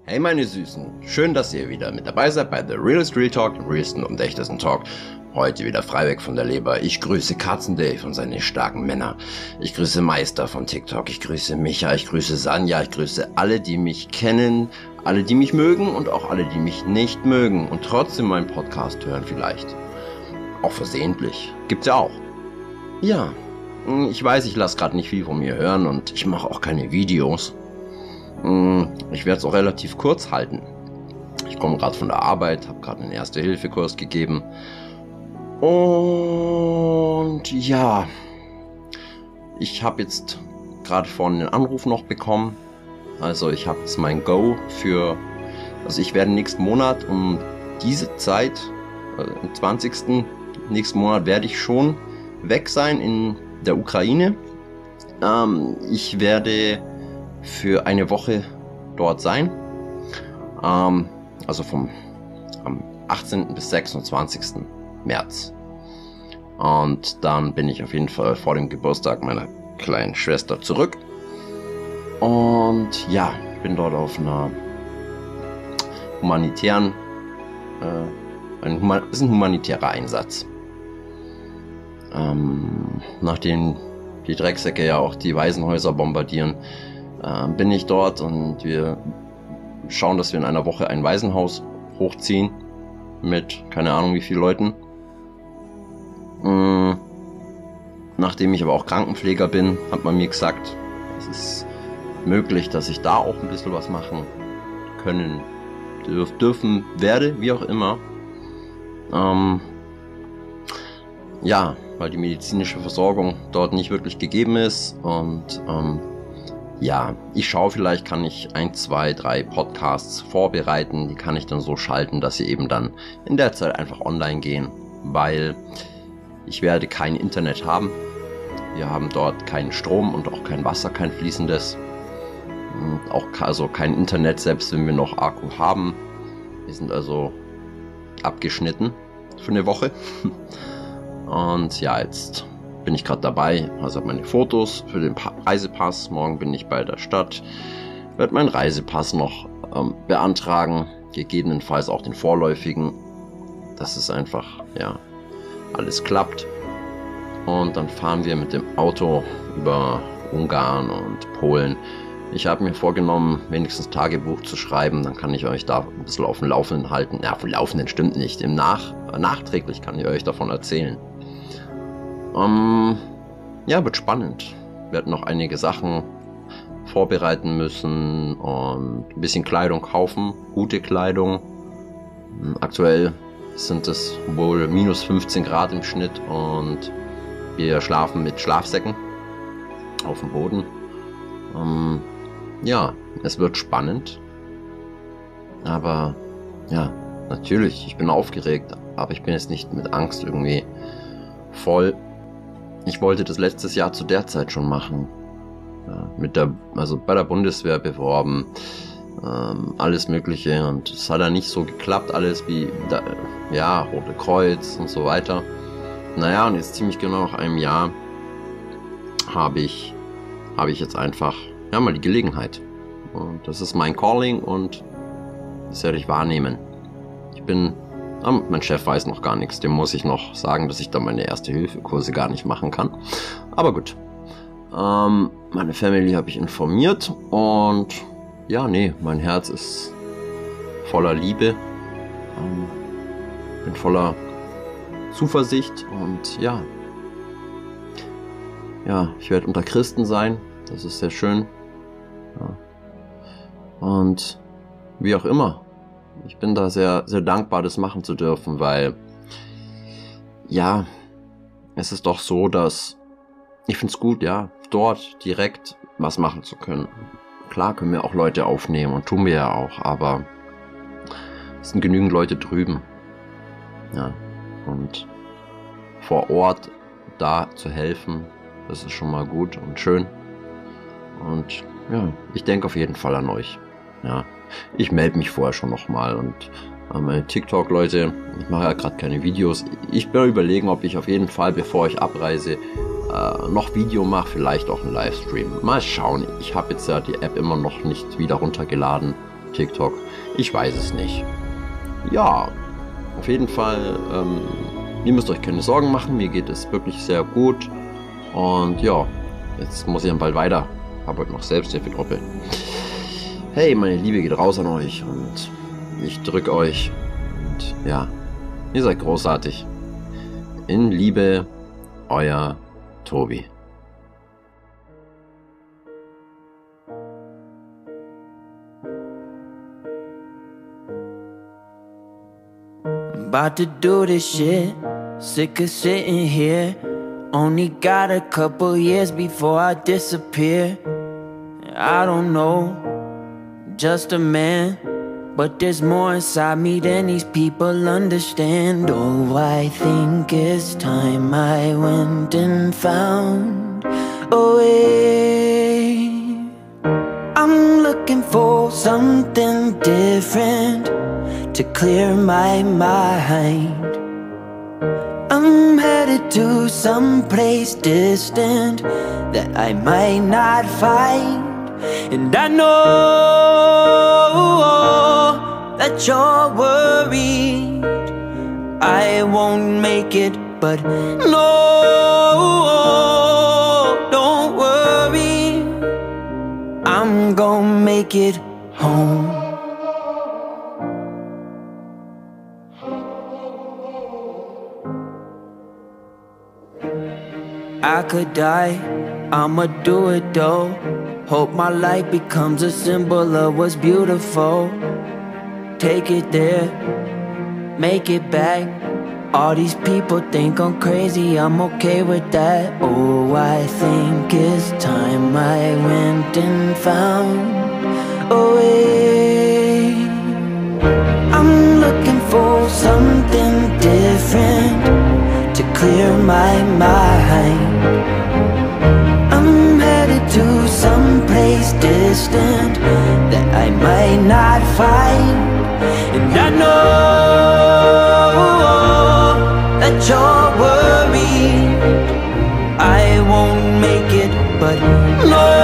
Hey meine Süßen, schön, dass ihr wieder mit dabei seid bei The Realest Real Talk, dem realsten und echtesten Talk. Heute wieder frei weg von der Leber. Ich grüße Katzen-Dave und seine starken Männer. Ich grüße Meister von TikTok, ich grüße Micha, ich grüße Sanja, ich grüße alle, die mich kennen, alle, die mich mögen und auch alle, die mich nicht mögen und trotzdem meinen Podcast hören vielleicht. Auch versehentlich. Gibt's ja auch. Ja, ich weiß, ich lasse gerade nicht viel von mir hören und ich mache auch keine Videos. Ich werde es auch relativ kurz halten. Ich komme gerade von der Arbeit, habe gerade einen Erste-Hilfe-Kurs gegeben. Und ja, ich habe jetzt gerade vorhin einen Anruf noch bekommen. Also ich habe jetzt mein Go für... Also ich werde nächsten Monat um diese Zeit, am 20. nächsten Monat werde ich schon weg sein in der Ukraine. Ich werde für eine Woche dort sein, also am 18. bis 26. März. Und dann bin ich auf jeden Fall vor dem Geburtstag meiner kleinen Schwester zurück. Und ja, ich bin dort auf einer humanitären, ist ein humanitärer Einsatz. Nachdem die Drecksäcke ja auch die Waisenhäuser bombardieren, bin ich dort und wir schauen, dass wir in einer Woche ein Waisenhaus hochziehen mit keine Ahnung wie vielen Leuten. Nachdem ich aber auch Krankenpfleger bin, hat man mir gesagt, es ist möglich, dass ich da auch ein bisschen was machen können, dürfen werde, wie auch immer. Ja, weil die medizinische Versorgung dort nicht wirklich gegeben ist und ja, ich schaue, vielleicht kann ich 1, 2, 3 Podcasts vorbereiten, die kann ich dann so schalten, dass sie eben dann in der Zeit einfach online gehen, weil ich werde kein Internet haben. Wir haben dort keinen Strom und auch kein Wasser, kein fließendes. Auch also kein Internet, selbst wenn wir noch Akku haben. Wir sind also abgeschnitten für eine Woche. Und ja, jetzt bin ich gerade dabei, also meine Fotos für den Reisepass. Morgen bin ich bei der Stadt, werde meinen Reisepass noch beantragen, gegebenenfalls auch den vorläufigen, dass es einfach, ja, alles klappt. Und dann fahren wir mit dem Auto über Ungarn und Polen. Ich habe mir vorgenommen, wenigstens Tagebuch zu schreiben, dann kann ich euch da ein bisschen auf dem Laufenden halten. Ja, auf dem Laufenden stimmt nicht, nachträglich kann ich euch davon erzählen. Ja, wird spannend. Wir werden noch einige Sachen vorbereiten müssen und ein bisschen Kleidung kaufen, gute Kleidung. Aktuell sind es wohl minus 15 Grad im Schnitt und wir schlafen mit Schlafsäcken auf dem Boden. Ja, es wird spannend. Aber ja, natürlich, ich bin aufgeregt, aber ich bin jetzt nicht mit Angst irgendwie voll. Ich wollte das letztes Jahr zu der Zeit schon machen. Ja, also bei der Bundeswehr beworben, alles Mögliche, und es hat dann nicht so geklappt, alles wie ja, Rote Kreuz und so weiter. Naja, und jetzt ziemlich genau nach einem Jahr habe ich jetzt einfach ja mal die Gelegenheit. Und das ist mein Calling und das werde ich wahrnehmen. Mein Chef weiß noch gar nichts. Dem muss ich noch sagen, dass ich da meine Erste-Hilfe-Kurse gar nicht machen kann. Aber gut. Meine Family habe ich informiert und ja, nee, mein Herz ist voller Liebe. Bin voller Zuversicht und ja. Ja, ich werde unter Christen sein. Das ist sehr schön. Ja. Und wie auch immer. Ich bin da sehr, sehr dankbar, das machen zu dürfen, weil ja, es ist doch so, dass ich finde es gut, ja, dort direkt was machen zu können. Klar können wir auch Leute aufnehmen und tun wir ja auch, aber es sind genügend Leute drüben. Ja, und vor Ort da zu helfen, das ist schon mal gut und schön. Und ja, ich denke auf jeden Fall an euch. Ja, ich melde mich vorher schon nochmal und meine TikTok-Leute, ich mache ja gerade keine Videos. Ich bin überlegen, ob ich auf jeden Fall, bevor ich abreise, noch Video mache, vielleicht auch einen Livestream. Mal schauen. Ich habe jetzt ja die App immer noch nicht wieder runtergeladen, TikTok. Ich weiß es nicht. Ja, auf jeden Fall, ihr müsst euch keine Sorgen machen. Mir geht es wirklich sehr gut. Und ja, jetzt muss ich dann bald weiter. Habe heute noch Selbsthilfegruppe. Hey, meine Liebe geht raus an euch und ich drücke euch. Und ja, ihr seid großartig. In Liebe, euer Tobi. About to do this shit, sick of sitting here. Only got a couple years before I disappear. I don't know, just a man, but there's more inside me than these people understand. Oh, I think it's time I went and found a way. I'm looking for something different to clear my mind. I'm headed to some place distant that I might not find. And I know that you're worried I won't make it, but no, don't worry, I'm gonna make it home. I could die, I'ma do it though. Hope my life becomes a symbol of what's beautiful. Take it there, make it back. All these people think I'm crazy, I'm okay with that. Oh, I think it's time I went and found a way. I'm looking for something different to clear my mind. I'm headed to some place distant that I might not find. And I know that you're worried I won't make it, but no,